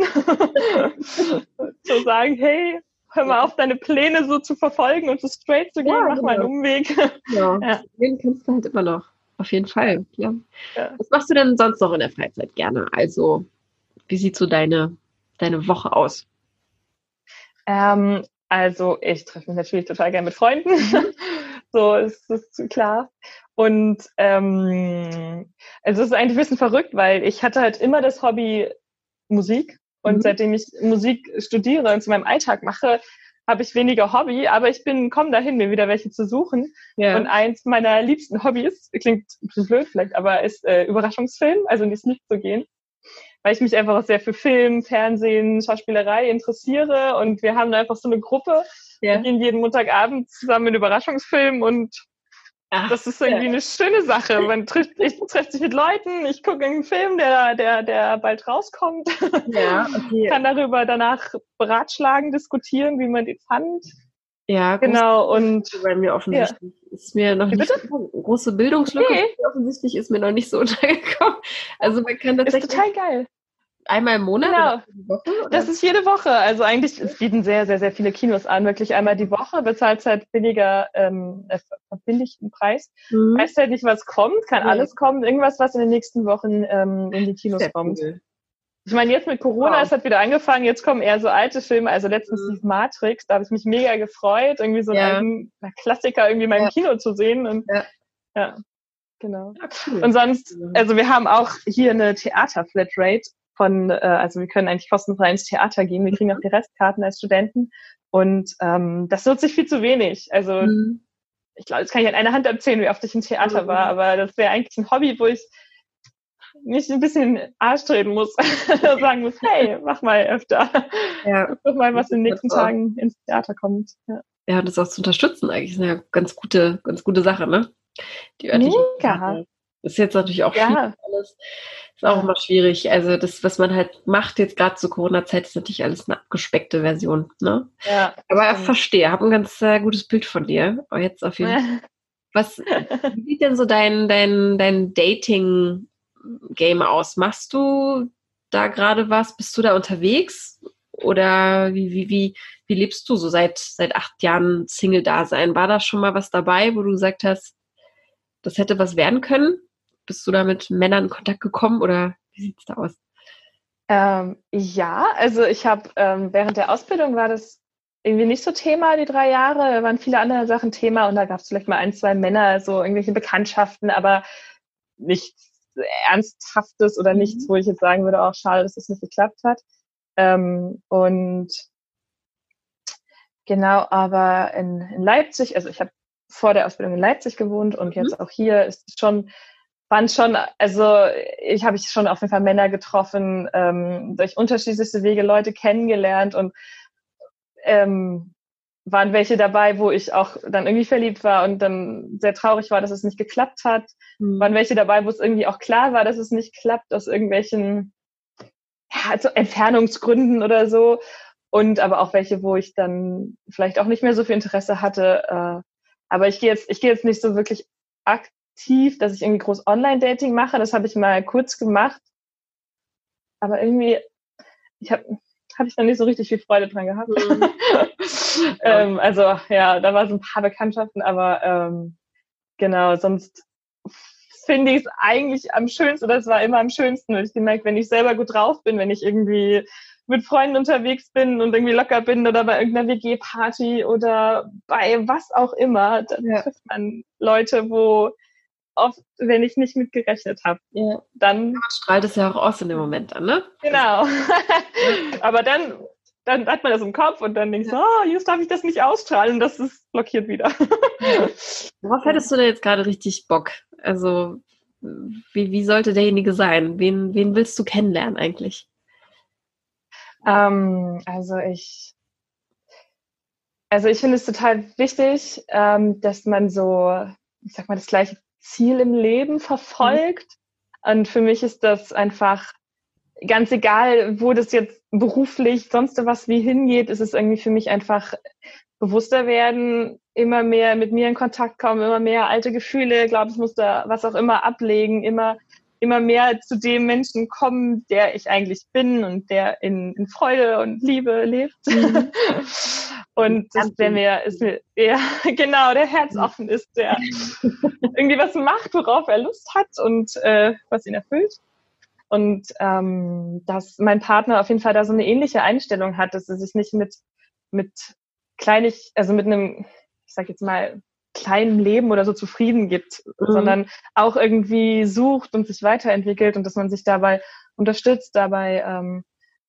Zu sagen, hey, hör mal auf, deine Pläne so zu verfolgen und so straight zu gehen, ja, mach genau. mal einen Umweg. Ja, ja. Den kannst du halt immer noch. Auf jeden Fall, ja. ja. Was machst du denn sonst noch in der Freizeit gerne? Also, wie sieht so deine, deine Woche aus? Ähm, also ich treffe mich natürlich total gerne mit Freunden, so ist das klar. Und ähm, also es ist eigentlich ein bisschen verrückt, weil ich hatte halt immer das Hobby Musik und mhm. seitdem ich Musik studiere und zu meinem Alltag mache, habe ich weniger Hobby, aber ich bin komme dahin, mir wieder welche zu suchen. Ja. Und eins meiner liebsten Hobbys, klingt ein bisschen blöd vielleicht, aber ist äh, Überraschungsfilm, also in die Sneak zu gehen. Weil ich mich einfach auch sehr für Film, Fernsehen, Schauspielerei interessiere und wir haben einfach so eine Gruppe, ja. wir gehen jeden Montagabend zusammen in Überraschungsfilm und Ach, das ist irgendwie ja. eine schöne Sache. Man trifft, ich treffe sich mit Leuten, ich gucke einen Film, der, der, der bald rauskommt, ja, okay. kann darüber danach beratschlagen, diskutieren, wie man den fand. Ja, genau. Und bei mir offensichtlich ja. ist mir noch nicht so, große Bildungslücke. Okay. Offensichtlich ist mir noch nicht so untergekommen. Also man kann tatsächlich ist total geil. Einmal im Monat genau. oder die Woche? Oder? Das ist jede Woche. Also eigentlich, es bieten sehr, sehr, sehr viele Kinos an. Wirklich einmal die Woche, bezahlt halt billiger, ähm, verbilligten Preis. Mhm. Weißt halt nicht, was kommt, kann ja. alles kommen. Irgendwas, was in den nächsten Wochen ähm, in die Kinos sehr kommt. Cool. Ich meine, jetzt mit Corona, wow. es hat wieder angefangen, jetzt kommen eher so alte Filme, also letztens mhm. die Matrix, da habe ich mich mega gefreut, irgendwie so ja. einen alten Klassiker irgendwie mal im ja. Kino zu sehen und ja, ja genau. Ja, cool. Und sonst, also wir haben auch hier eine Theater-Flatrate von, äh, also wir können eigentlich kostenfrei ins Theater gehen, wir kriegen auch die Restkarten als Studenten und ähm, das nutze ich viel zu wenig. Also mhm. ich glaube, das kann ich an einer Hand erzählen, wie oft ich im Theater mhm. war, aber das wäre eigentlich ein Hobby, wo ich nicht ein bisschen in den Arsch treten muss, sagen muss, hey, mach mal öfter. Ja. Guck mal, was in den nächsten Tagen ins Theater kommt. Ja. Ja, das auch zu unterstützen eigentlich ist eine ganz gute, ganz gute Sache, ne? Die örtliche Sache. Das ist jetzt natürlich auch ja. viel alles. Ist auch ja. immer schwierig. Also das, was man halt macht jetzt gerade zur Corona-Zeit, ist natürlich alles eine abgespeckte Version, ne? Ja. Aber ich verstehe, habe ein ganz äh, gutes Bild von dir. Aber jetzt auf jeden Fall. Was, wie sieht denn so dein, dein, dein Dating-Game aus? Machst du da gerade was? Bist du da unterwegs? Oder wie, wie, wie, wie lebst du so seit, seit acht Jahren Single-Dasein? War da schon mal was dabei, wo du gesagt hast, das hätte was werden können? Bist du da mit Männern in Kontakt gekommen oder wie sieht's da aus? Ähm, ja, also ich habe ähm, während der Ausbildung war das irgendwie nicht so Thema, die drei Jahre, da waren viele andere Sachen Thema und da gab es vielleicht mal ein, zwei Männer, so irgendwelche Bekanntschaften, aber nichts Ernsthaftes oder mhm. nichts, wo ich jetzt sagen würde, auch schade, dass es nicht geklappt hat. Ähm, und genau, aber in, in Leipzig, also ich habe vor der Ausbildung in Leipzig gewohnt und mhm. jetzt auch hier ist es schon, waren schon, also ich habe ich schon auf jeden Fall Männer getroffen, ähm, durch unterschiedlichste Wege Leute kennengelernt und ähm, waren welche dabei, wo ich auch dann irgendwie verliebt war und dann sehr traurig war, dass es nicht geklappt hat. Mhm. Waren welche dabei, wo es irgendwie auch klar war, dass es nicht klappt, aus irgendwelchen ja, also Entfernungsgründen oder so. Und aber auch welche, wo ich dann vielleicht auch nicht mehr so viel Interesse hatte. Äh, aber ich gehe jetzt, ich gehe jetzt nicht so wirklich aktiv, dass ich irgendwie groß Online-Dating mache. Das habe ich mal kurz gemacht. Aber irgendwie, ich habe habe ich dann nicht so richtig viel Freude dran gehabt. Mhm. ähm, also ja, da war so ein paar Bekanntschaften, aber ähm, genau, sonst finde ich es eigentlich am schönsten, oder es war immer am schönsten, weil ich gemerkt, wenn ich selber gut drauf bin, wenn ich irgendwie mit Freunden unterwegs bin und irgendwie locker bin oder bei irgendeiner W G-Party oder bei was auch immer, dann ja. trifft man Leute, wo oft, wenn ich nicht mit gerechnet habe, ja. dann... Man strahlt es ja auch aus in dem Moment dann, ne? Genau. Aber dann, dann hat man das im Kopf und dann denkst du, ja. oh, jetzt darf ich das nicht ausstrahlen und das ist blockiert wieder. Ja. Worauf hättest du denn jetzt gerade richtig Bock? Also, wie, wie sollte derjenige sein? Wen, wen willst du kennenlernen eigentlich? Ähm, also ich, also ich finde es total wichtig, ähm, dass man so, ich sag mal, das gleiche Ziel im Leben verfolgt. Mhm. Und für mich ist das einfach ganz egal, wo das jetzt beruflich sonst was wie hingeht, ist es irgendwie für mich einfach bewusster werden, immer mehr mit mir in Kontakt kommen, immer mehr alte Gefühle, glaube ich, muss da was auch immer ablegen, immer immer mehr zu dem Menschen kommen, der ich eigentlich bin und der in, in Freude und Liebe lebt. Mhm. Und das, der mir, ist mir, ja, genau, der herzoffen ist, der irgendwie was macht, worauf er Lust hat und äh, was ihn erfüllt. Und ähm, dass mein Partner auf jeden Fall da so eine ähnliche Einstellung hat, dass er sich nicht mit, mit kleinig, also mit einem, ich sag jetzt mal, kleinen Leben oder so zufrieden gibt, mhm. sondern auch irgendwie sucht und sich weiterentwickelt und dass man sich dabei unterstützt, dabei ähm,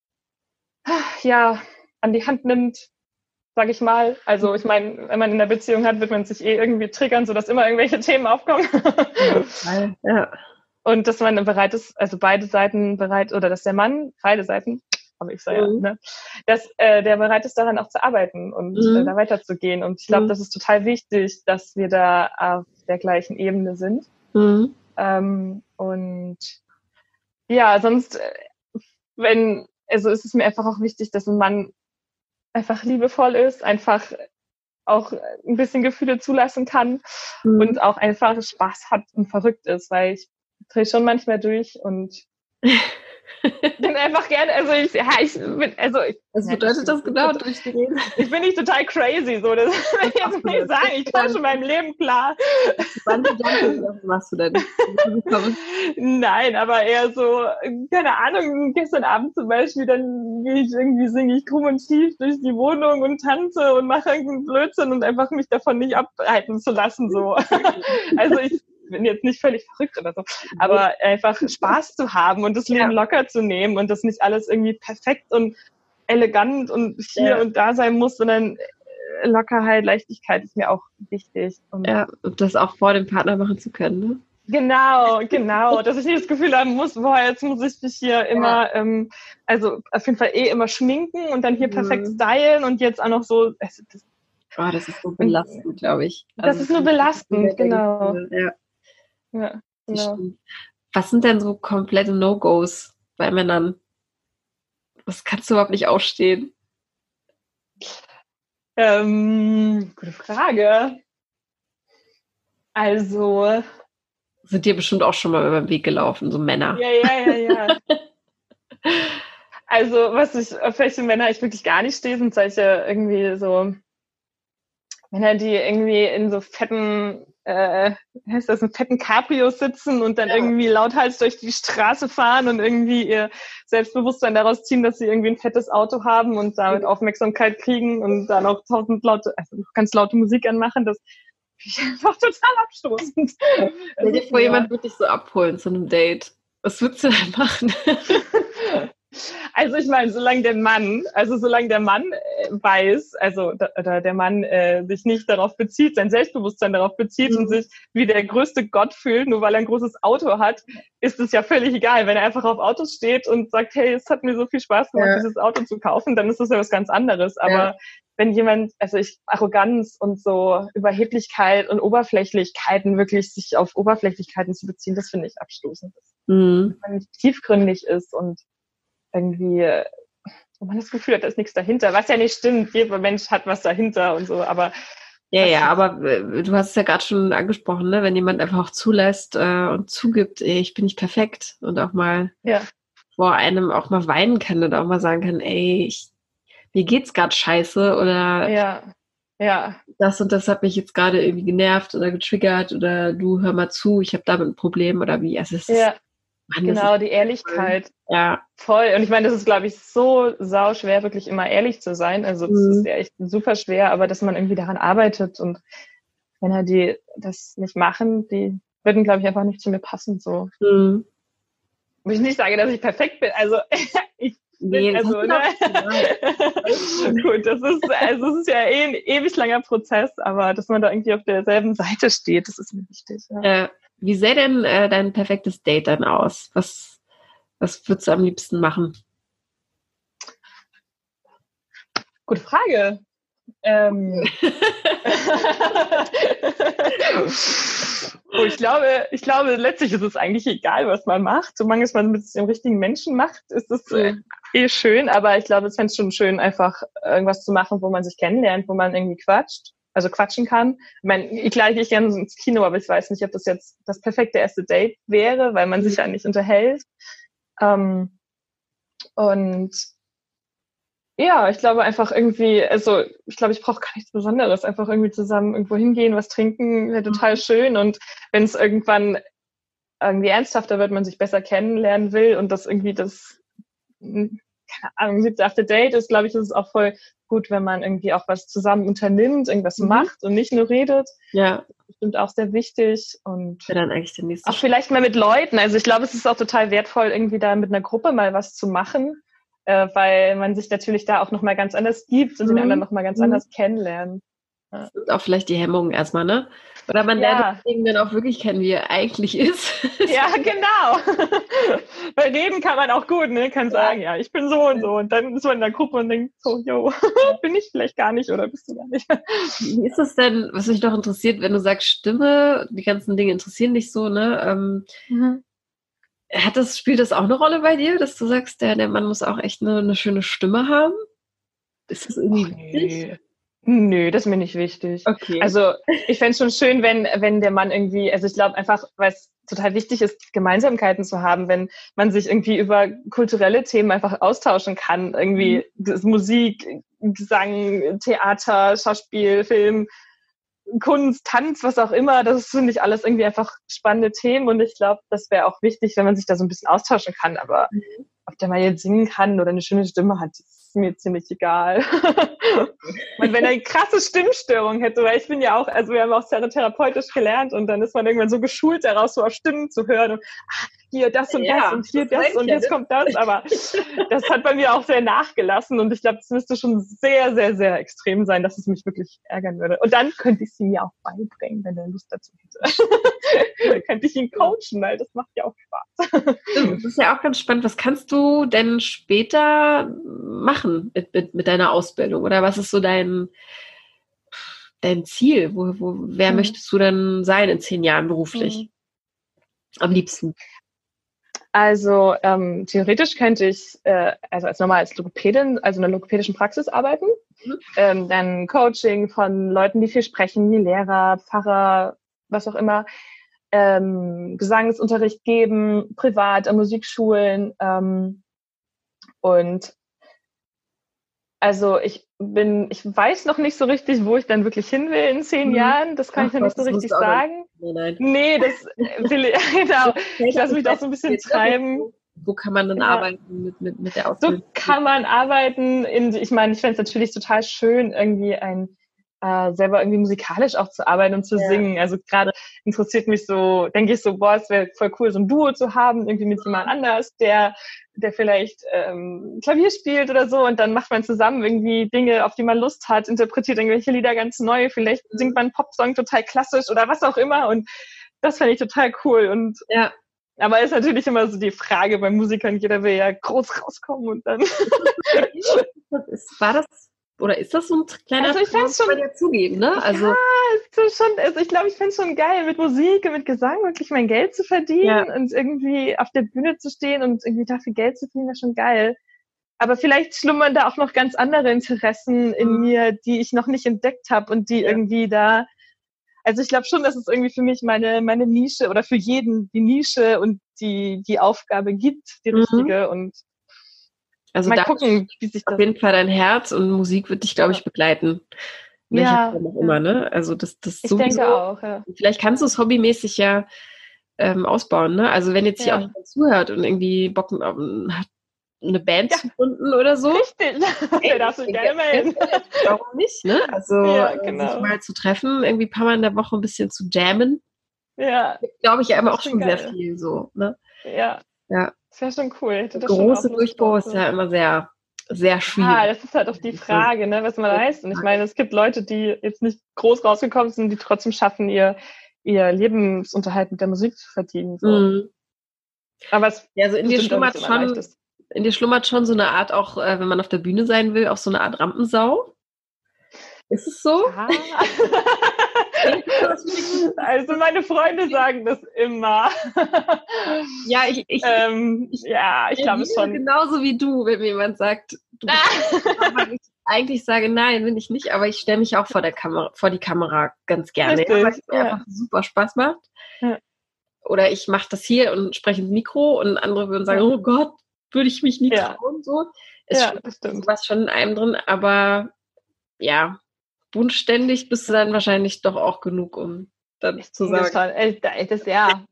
ja an die Hand nimmt, sage ich mal. Also ich meine, wenn man in einer Beziehung hat, wird man sich eh irgendwie triggern, sodass immer irgendwelche Themen aufkommen. Ja. Und dass man bereit ist, also beide Seiten bereit, oder dass der Mann, beide Seiten, aber ich sage mhm. ja, ne, dass äh, der bereit ist, daran auch zu arbeiten und mhm. äh, da weiterzugehen. Und ich glaube, mhm. das ist total wichtig, dass wir da auf der gleichen Ebene sind. Mhm. Ähm, und ja, sonst, wenn, also ist es mir einfach auch wichtig, dass ein Mann einfach liebevoll ist, einfach auch ein bisschen Gefühle zulassen kann mhm. und auch einfach Spaß hat und verrückt ist, weil ich drehe schon manchmal durch und bin einfach gerne, also ich, ja, ich bin, also ich, was bedeutet das genau, durchdrehen? Ich bin nicht total crazy, so, das will ich jetzt nicht sagen, ich komme schon meinem Leben klar. Was machst du denn? Nein, aber eher so, keine Ahnung, gestern Abend zum Beispiel, dann gehe ich irgendwie, singe ich krumm und tief durch die Wohnung und tanze und mache irgendeinen Blödsinn und einfach mich davon nicht abhalten zu lassen, so. Also ich bin jetzt nicht völlig verrückt oder so, aber einfach Spaß zu haben und das Leben ja. locker zu nehmen und das nicht alles irgendwie perfekt und elegant und hier ja. und da sein muss, sondern Lockerheit, Leichtigkeit ist mir auch wichtig. Und ja, und das auch vor dem Partner machen zu können, ne? Genau, genau, dass ich nicht das Gefühl haben muss, boah, jetzt muss ich mich hier immer, ja. ähm, also auf jeden Fall eh immer schminken und dann hier perfekt mhm. stylen und jetzt auch noch so. Also das, oh, das ist so belastend, glaube ich. Also, das ist nur belastend, genau. Ja. ja, genau. Was sind denn so komplette No-Gos bei Männern? Was kannst du überhaupt nicht ausstehen? Ähm, gute Frage. Also sind dir bestimmt auch schon mal über den Weg gelaufen, so Männer. Ja, ja, ja, ja. Also, was ich, auf welche Männer ich wirklich gar nicht stehe, sind solche irgendwie so Männer, die irgendwie in so fetten, äh, wie heißt das, in fetten Cabrios sitzen und dann ja. irgendwie lauthals durch die Straße fahren und irgendwie ihr Selbstbewusstsein daraus ziehen, dass sie irgendwie ein fettes Auto haben und damit mhm. Aufmerksamkeit kriegen und dann auch tausend laute, also ganz laute Musik anmachen. Das finde ich einfach total abstoßend. Stell dir vor, jemand würde dich so abholen zu einem Date. Was würdest du denn machen? Also ich meine, solange der Mann, also solange der Mann äh, weiß, also oder der Mann äh, sich nicht darauf bezieht, sein Selbstbewusstsein darauf bezieht mhm. und sich wie der größte Gott fühlt, nur weil er ein großes Auto hat, ist es ja völlig egal. Wenn er einfach auf Autos steht und sagt, hey, es hat mir so viel Spaß gemacht, ja. dieses Auto zu kaufen, dann ist das ja was ganz anderes. Aber ja. wenn jemand, also ich, Arroganz und so Überheblichkeit und Oberflächlichkeiten, wirklich sich auf Oberflächlichkeiten zu beziehen, das finde ich abstoßend. Mhm. Wenn man nicht tiefgründig ist und irgendwie, wo man das Gefühl hat, da ist nichts dahinter, was ja nicht stimmt, jeder Mensch hat was dahinter und so, aber ja, ja, aber äh, du hast es ja gerade schon angesprochen, ne? Wenn jemand einfach auch zulässt äh, und zugibt, ey, ich bin nicht perfekt und auch mal ja. vor einem auch mal weinen kann und auch mal sagen kann, ey, ich, mir geht's gerade scheiße oder ja. Ja. das und das hat mich jetzt gerade irgendwie genervt oder getriggert oder du hör mal zu, ich habe damit ein Problem oder wie, also es ist ja. Mann, genau, die Ehrlichkeit. Voll. Ja. Voll. Und ich meine, das ist, glaube ich, so sau schwer, wirklich immer ehrlich zu sein. Also das mhm. ist ja echt super schwer, aber dass man irgendwie daran arbeitet und wenn er die das nicht machen, die würden, glaube ich, einfach nicht zu mir passen. So. Mhm. Wo ich nicht sage, dass ich perfekt bin. Also ich nee, bin, also, ne? Gut, das ist, also es ist ja eh ein ewig langer Prozess, aber dass man da irgendwie auf derselben Seite steht, das ist mir wichtig. Ja. Ja. Wie sähe denn äh, dein perfektes Date dann aus? Was, was würdest du am liebsten machen? Gute Frage. Ähm. oh, ich glaube, ich glaube, letztlich ist es eigentlich egal, was man macht. Solange es man mit dem richtigen Menschen macht, ist es äh, eh schön. Aber ich glaube, es fände es schon schön, einfach irgendwas zu machen, wo man sich kennenlernt, wo man irgendwie quatscht. Also quatschen kann. Ich meine, klar, ich gehe gerne ins Kino, aber ich weiß nicht, ob das jetzt das perfekte erste Date wäre, weil man sich ja nicht unterhält. Ähm, und ja, ich glaube einfach irgendwie, also ich glaube, ich brauche gar nichts Besonderes. Einfach irgendwie zusammen irgendwo hingehen, was trinken, wäre total schön. Und wenn es irgendwann irgendwie ernsthafter wird, man sich besser kennenlernen will und das irgendwie das, keine Ahnung, siebte, achte Date ist, glaube ich, ist es auch voll gut, wenn man irgendwie auch was zusammen unternimmt, irgendwas mhm. macht und nicht nur redet. Ja. Bestimmt auch sehr wichtig. Und ja, dann eigentlich der nächste auch vielleicht mal mit Leuten. Also ich glaube, es ist auch total wertvoll, irgendwie da mit einer Gruppe mal was zu machen, äh, weil man sich natürlich da auch nochmal ganz anders gibt und mhm. den anderen nochmal ganz mhm. anders kennenlernt. Ja. Das sind auch vielleicht die Hemmungen erstmal, ne? Oder man ja. lernt den dann auch wirklich kennen, wie er eigentlich ist. Ja, genau. Bei Reden kann man auch gut, ne? Kann sagen, ja, ich bin so und so. Und dann ist man in der Gruppe und denkt so, yo, bin ich vielleicht gar nicht oder bist du gar nicht? Wie ist es denn, was mich noch interessiert, wenn du sagst Stimme, die ganzen Dinge interessieren dich so, ne? Ähm, mhm. hat das, spielt das auch eine Rolle bei dir, dass du sagst, der, der Mann muss auch echt eine, eine schöne Stimme haben? Ist das irgendwie Och, wichtig? Nee. Nö, das ist mir nicht wichtig. Okay. Also ich fände es schon schön, wenn wenn der Mann irgendwie, also ich glaube einfach, weil es total wichtig ist, Gemeinsamkeiten zu haben, wenn man sich irgendwie über kulturelle Themen einfach austauschen kann. Irgendwie mhm. Musik, Gesang, Theater, Schauspiel, Film, Kunst, Tanz, was auch immer. Das finde ich alles irgendwie einfach spannende Themen und ich glaube, das wäre auch wichtig, wenn man sich da so ein bisschen austauschen kann. Aber mhm. ob der mal jetzt singen kann oder eine schöne Stimme hat, das ist mir ziemlich egal. Und wenn er eine krasse Stimmstörung hätte, weil ich bin ja auch, also wir haben auch therapeutisch gelernt und dann ist man irgendwann so geschult, daraus so auf Stimmen zu hören und ah, hier das und ja, das und hier das, das und ja, jetzt kommt das, aber das hat bei mir auch sehr nachgelassen und ich glaube, es müsste schon sehr, sehr, sehr extrem sein, dass es mich wirklich ärgern würde. Und dann könnte ich sie mir auch beibringen, wenn er Lust dazu hätte. Dann könnte ich ihn coachen, weil das macht ja auch Spaß. Das ist ja auch ganz spannend. Was kannst du denn später machen mit, mit, mit deiner Ausbildung? Oder was ist so dein, dein Ziel? Wo, wo, wer hm. möchtest du denn sein in zehn Jahren beruflich? Hm. Am liebsten. Also ähm, theoretisch könnte ich äh, also als normal als Logopädin, also in einer logopädischen Praxis arbeiten. Mhm. Ähm, dann Coaching von Leuten, die viel sprechen, wie Lehrer, Pfarrer, was auch immer. Ähm, Gesangsunterricht geben, privat, an Musikschulen. Ähm, und also ich bin, ich weiß noch nicht so richtig, wo ich dann wirklich hin will in zehn mhm. Jahren. Das kann Ach, ich noch nicht so richtig sagen. Nein, nein. Nee, das will ich, genau. Ich lasse mich da so ein bisschen treiben. Wo, wo kann man denn ja. arbeiten mit, mit, mit der Ausbildung? So kann man arbeiten. In, ich meine, ich fände es natürlich total schön, irgendwie ein äh, selber irgendwie musikalisch auch zu arbeiten und zu ja. singen. Also gerade interessiert mich so, denke ich so, boah, es wäre voll cool, so ein Duo zu haben, irgendwie mit jemand anders, der der vielleicht ähm, Klavier spielt oder so und dann macht man zusammen irgendwie Dinge, auf die man Lust hat, interpretiert irgendwelche Lieder ganz neu, vielleicht singt man einen Popsong total klassisch oder was auch immer und das fände ich total cool und ja. Aber ist natürlich immer so die Frage bei Musikern, jeder will ja groß rauskommen und dann war das oder ist das so ein kleiner also ich muss man ja zugeben, ne? Also ja, ist schon, also ich glaube, ich fände es schon geil, mit Musik und mit Gesang wirklich mein Geld zu verdienen ja. und irgendwie auf der Bühne zu stehen und irgendwie dafür Geld zu verdienen, wäre schon geil. Aber vielleicht schlummern da auch noch ganz andere Interessen in mhm. mir, die ich noch nicht entdeckt habe und die ja. irgendwie da, also ich glaube schon, dass es irgendwie für mich meine meine Nische oder für jeden die Nische und die die Aufgabe gibt, die richtige mhm. und Also mal gucken, wie sich das auf jeden Fall dein Herz und Musik wird dich, glaube ich, begleiten. Welche ja, Form auch immer, ne? Also das, das ich sowieso. denke auch, ja. Vielleicht kannst du es hobbymäßig ja ähm, ausbauen, ne? Also wenn jetzt hier ja. auch jemand zuhört und irgendwie Bock um, hat, eine Band ja. zu gründen oder so. Richtig, der darf sich gerne melden. Warum nicht, ne? Also ja, genau. sich mal zu treffen, irgendwie ein paar Mal in der Woche ein bisschen zu jammen. Ja. Glaube ich ja immer auch schon geil. Sehr viel so, ne? Ja. Ja. Das wäre schon cool. Das große Durchbruch ist ja immer sehr, sehr schwierig. Ja, das ist halt auch die Frage, ne, was man heißt. Und ich meine, es gibt Leute, die jetzt nicht groß rausgekommen sind, die trotzdem schaffen, ihr, ihr Lebensunterhalt mit der Musik zu verdienen. So. Mhm. Aber es ja, also in dir schlummert schon, in dir schlummert schon so eine Art auch, äh, wenn man auf der Bühne sein will, auch so eine Art Rampensau. Ist es so? Ja. Also meine Freunde sagen das immer. Ja, ich, ich, ähm, ich, ja, ich glaube es schon. Genauso wie du, wenn mir jemand sagt, du bist aber ich eigentlich sage, nein, bin ich nicht, aber ich stelle mich auch vor der Kamera, vor die Kamera ganz gerne, Richtig, ja, weil es mir ja. einfach super Spaß macht. Ja. Oder ich mache das hier und spreche ins Mikro und andere würden sagen, ja. oh Gott, würde ich mich nie ja. trauen. So. Ist ja, schon, das stimmt. was schon in einem drin, aber ja, wunschständig bist du dann wahrscheinlich doch auch genug, um dann ich zu sagen. Schon, äh, das, ja.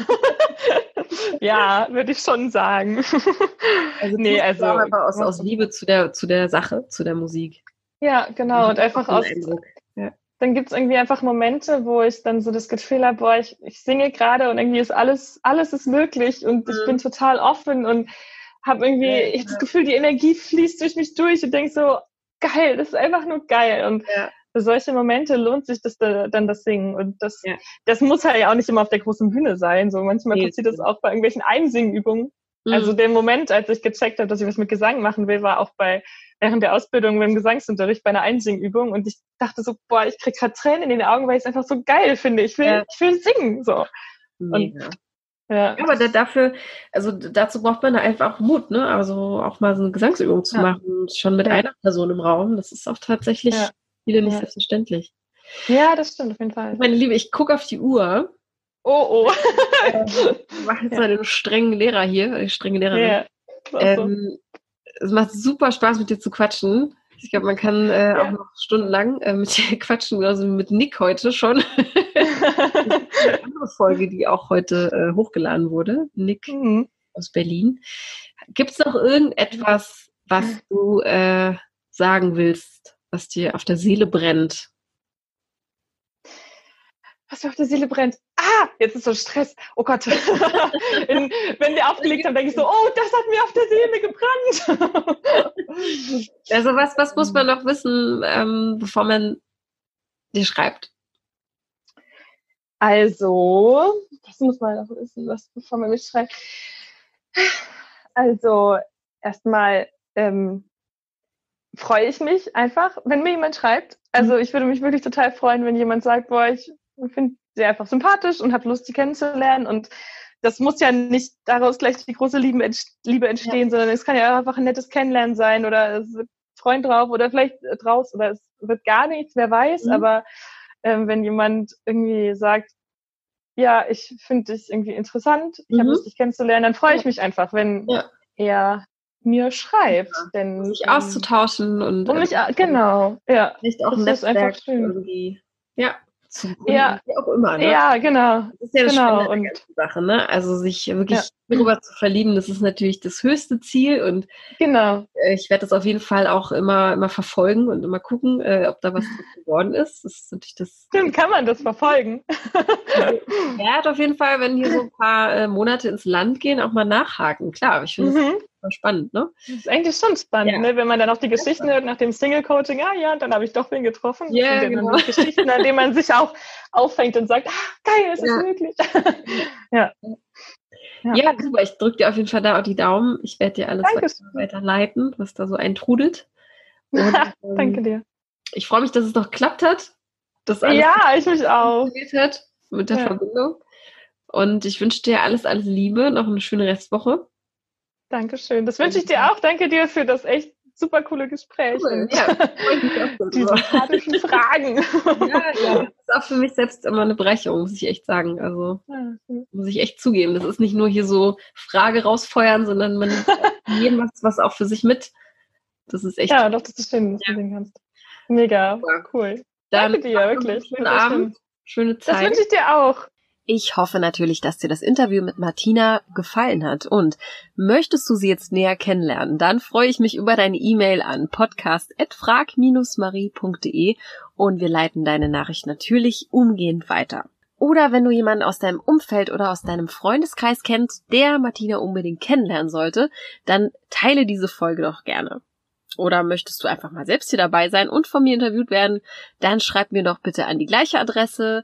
Ja, würde ich schon sagen. Also nee, also aber aus, aus Liebe zu der, zu der Sache, zu der Musik. Ja, genau. Und einfach aus. Ja. Dann gibt es irgendwie einfach Momente, wo ich dann so das Gefühl habe, boah, ich, ich singe gerade und irgendwie ist alles, alles ist möglich und mhm. ich bin total offen und habe irgendwie ja, ich ja. das Gefühl, die Energie fließt durch mich durch und denke so, geil, das ist einfach nur geil. Und ja. für solche Momente lohnt sich das da, dann das Singen. Und das, ja. das muss halt ja auch nicht immer auf der großen Bühne sein. So manchmal nee, passiert das auch bei irgendwelchen Einsingenübungen. Mhm. Also der Moment, als ich gecheckt habe, dass ich was mit Gesang machen will, war auch bei während der Ausbildung beim Gesangsunterricht bei einer Einsingenübung. Und ich dachte so, boah, ich krieg gerade Tränen in den Augen, weil ich es einfach so geil finde. Ich will, ja. ich will singen. So. Mega. Und, ja. ja, aber da, dafür, also dazu braucht man einfach Mut, ne? Also auch mal so eine Gesangsübung zu ja. machen, schon mit ja. einer Person im Raum. Das ist auch tatsächlich ja. viele nicht ja. selbstverständlich. Ja, das stimmt auf jeden Fall. Meine Liebe, ich gucke auf die Uhr. Oh, oh. äh, ich mache jetzt ja. mal den strengen Lehrer hier, die strenge Lehrerin. Ja. Ähm, es macht super Spaß, mit dir zu quatschen. Ich glaube, man kann äh, ja. auch noch stundenlang äh, mit dir quatschen, also mit Nick heute schon. Eine andere Folge, die auch heute äh, hochgeladen wurde. Nick mhm. aus Berlin. Gibt es noch irgendetwas, was du äh, sagen willst, was dir auf der Seele brennt. Was mir auf der Seele brennt. Ah, jetzt ist so Stress. Oh Gott. In, wenn wir aufgelegt haben, denke ich so, oh, das hat mir auf der Seele gebrannt. Also was, was muss man noch wissen, ähm, bevor man dir schreibt? Also, das muss man noch wissen, was, bevor man mich schreibt. Also, erstmal ähm, freue ich mich einfach, wenn mir jemand schreibt. Also, ich würde mich wirklich total freuen, wenn jemand sagt, boah, ich finde sie einfach sympathisch und habe Lust, sie kennenzulernen. Und das muss ja nicht daraus gleich die große Liebe, Liebe entstehen, ja. sondern es kann ja einfach ein nettes Kennenlernen sein oder es wird Freund drauf oder vielleicht draus oder es wird gar nichts, wer weiß. Mhm. Aber ähm, wenn jemand irgendwie sagt, ja, ich finde dich irgendwie interessant, ich mhm. habe Lust, dich kennenzulernen, dann freue ich mich einfach, wenn ja. er mir schreibt. Ja. Denn, um mich auszutauschen und um mich, äh, genau, ja. Vielleicht auch ein Netzwerk irgendwie. Ja. Zu ja, wie auch immer, ne? Ja, genau. Das ist ja das genau. Spannende an der ganzen Sache, ne? Also sich wirklich ja. darüber zu verlieben, das ist natürlich das höchste Ziel und genau. ich werde das auf jeden Fall auch immer, immer verfolgen und immer gucken, äh, ob da was geworden ist. Das ist natürlich das. Stimmt, kann man das verfolgen? Ja, auf jeden Fall, wenn hier so ein paar äh, Monate ins Land gehen, auch mal nachhaken. Klar, ich finde mhm. das spannend, ne? Das ist eigentlich schon spannend, ja. ne? Wenn man dann auch die Geschichten hört nach dem Single-Coaching, ja, ja, dann habe ich doch wen getroffen. Ja, das sind genau. dann Geschichten, an denen man sich auch auffängt und sagt, ah, geil, ist das ja. möglich? ja. Ja, ja, super. Ich drücke dir auf jeden Fall da auch die Daumen. Ich werde dir alles weiterleiten, was da so eintrudelt. Und, ähm, Danke dir. Ich freue mich, dass es noch geklappt hat. Dass alles ja, ich mich auch. Hat mit der ja. Verbindung. Und ich wünsche dir alles, alles Liebe. Noch eine schöne Restwoche. Dankeschön. Das wünsche ich dir auch. Danke dir für das echt super coole Gespräch. Cool, und ja, die sympathischen Fragen. Ja, ja, das ist auch für mich selbst immer eine Bereicherung, muss ich echt sagen. Also ja, muss ich echt zugeben. Das ist nicht nur hier so Frage rausfeuern, sondern man nimmt jedem was, was auch für sich mit. Das ist echt. Ja, doch, das ist schön, dass ja. du sehen kannst. Mega, ja. cool. Dann Danke dir, wirklich. Schönen Abend, schöne Zeit. Das wünsche ich dir auch. Ich hoffe natürlich, dass dir das Interview mit Martina gefallen hat. Und möchtest du sie jetzt näher kennenlernen, dann freue ich mich über deine E-Mail an podcast at frag dash marie punkt de und wir leiten deine Nachricht natürlich umgehend weiter. Oder wenn du jemanden aus deinem Umfeld oder aus deinem Freundeskreis kennst, der Martina unbedingt kennenlernen sollte, dann teile diese Folge doch gerne. Oder möchtest du einfach mal selbst hier dabei sein und von mir interviewt werden, dann schreib mir doch bitte an die gleiche Adresse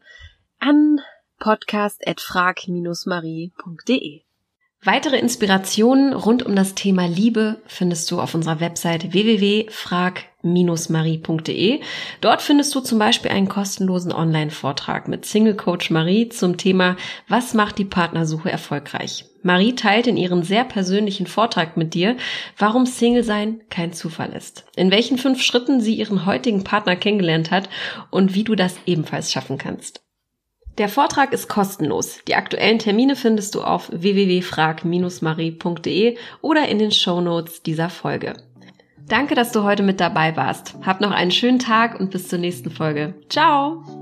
an podcast at frag dash marie punkt de. Weitere Inspirationen rund um das Thema Liebe findest du auf unserer Website w w w punkt frag dash marie punkt de. Dort findest du zum Beispiel einen kostenlosen Online-Vortrag mit Single Coach Marie zum Thema Was macht die Partnersuche erfolgreich? Marie teilt in ihren sehr persönlichen Vortrag mit dir, warum Single-Sein kein Zufall ist, in welchen fünf Schritten sie ihren heutigen Partner kennengelernt hat und wie du das ebenfalls schaffen kannst. Der Vortrag ist kostenlos. Die aktuellen Termine findest du auf w w w punkt frag dash marie punkt de oder in den Shownotes dieser Folge. Danke, dass du heute mit dabei warst. Hab noch einen schönen Tag und bis zur nächsten Folge. Ciao!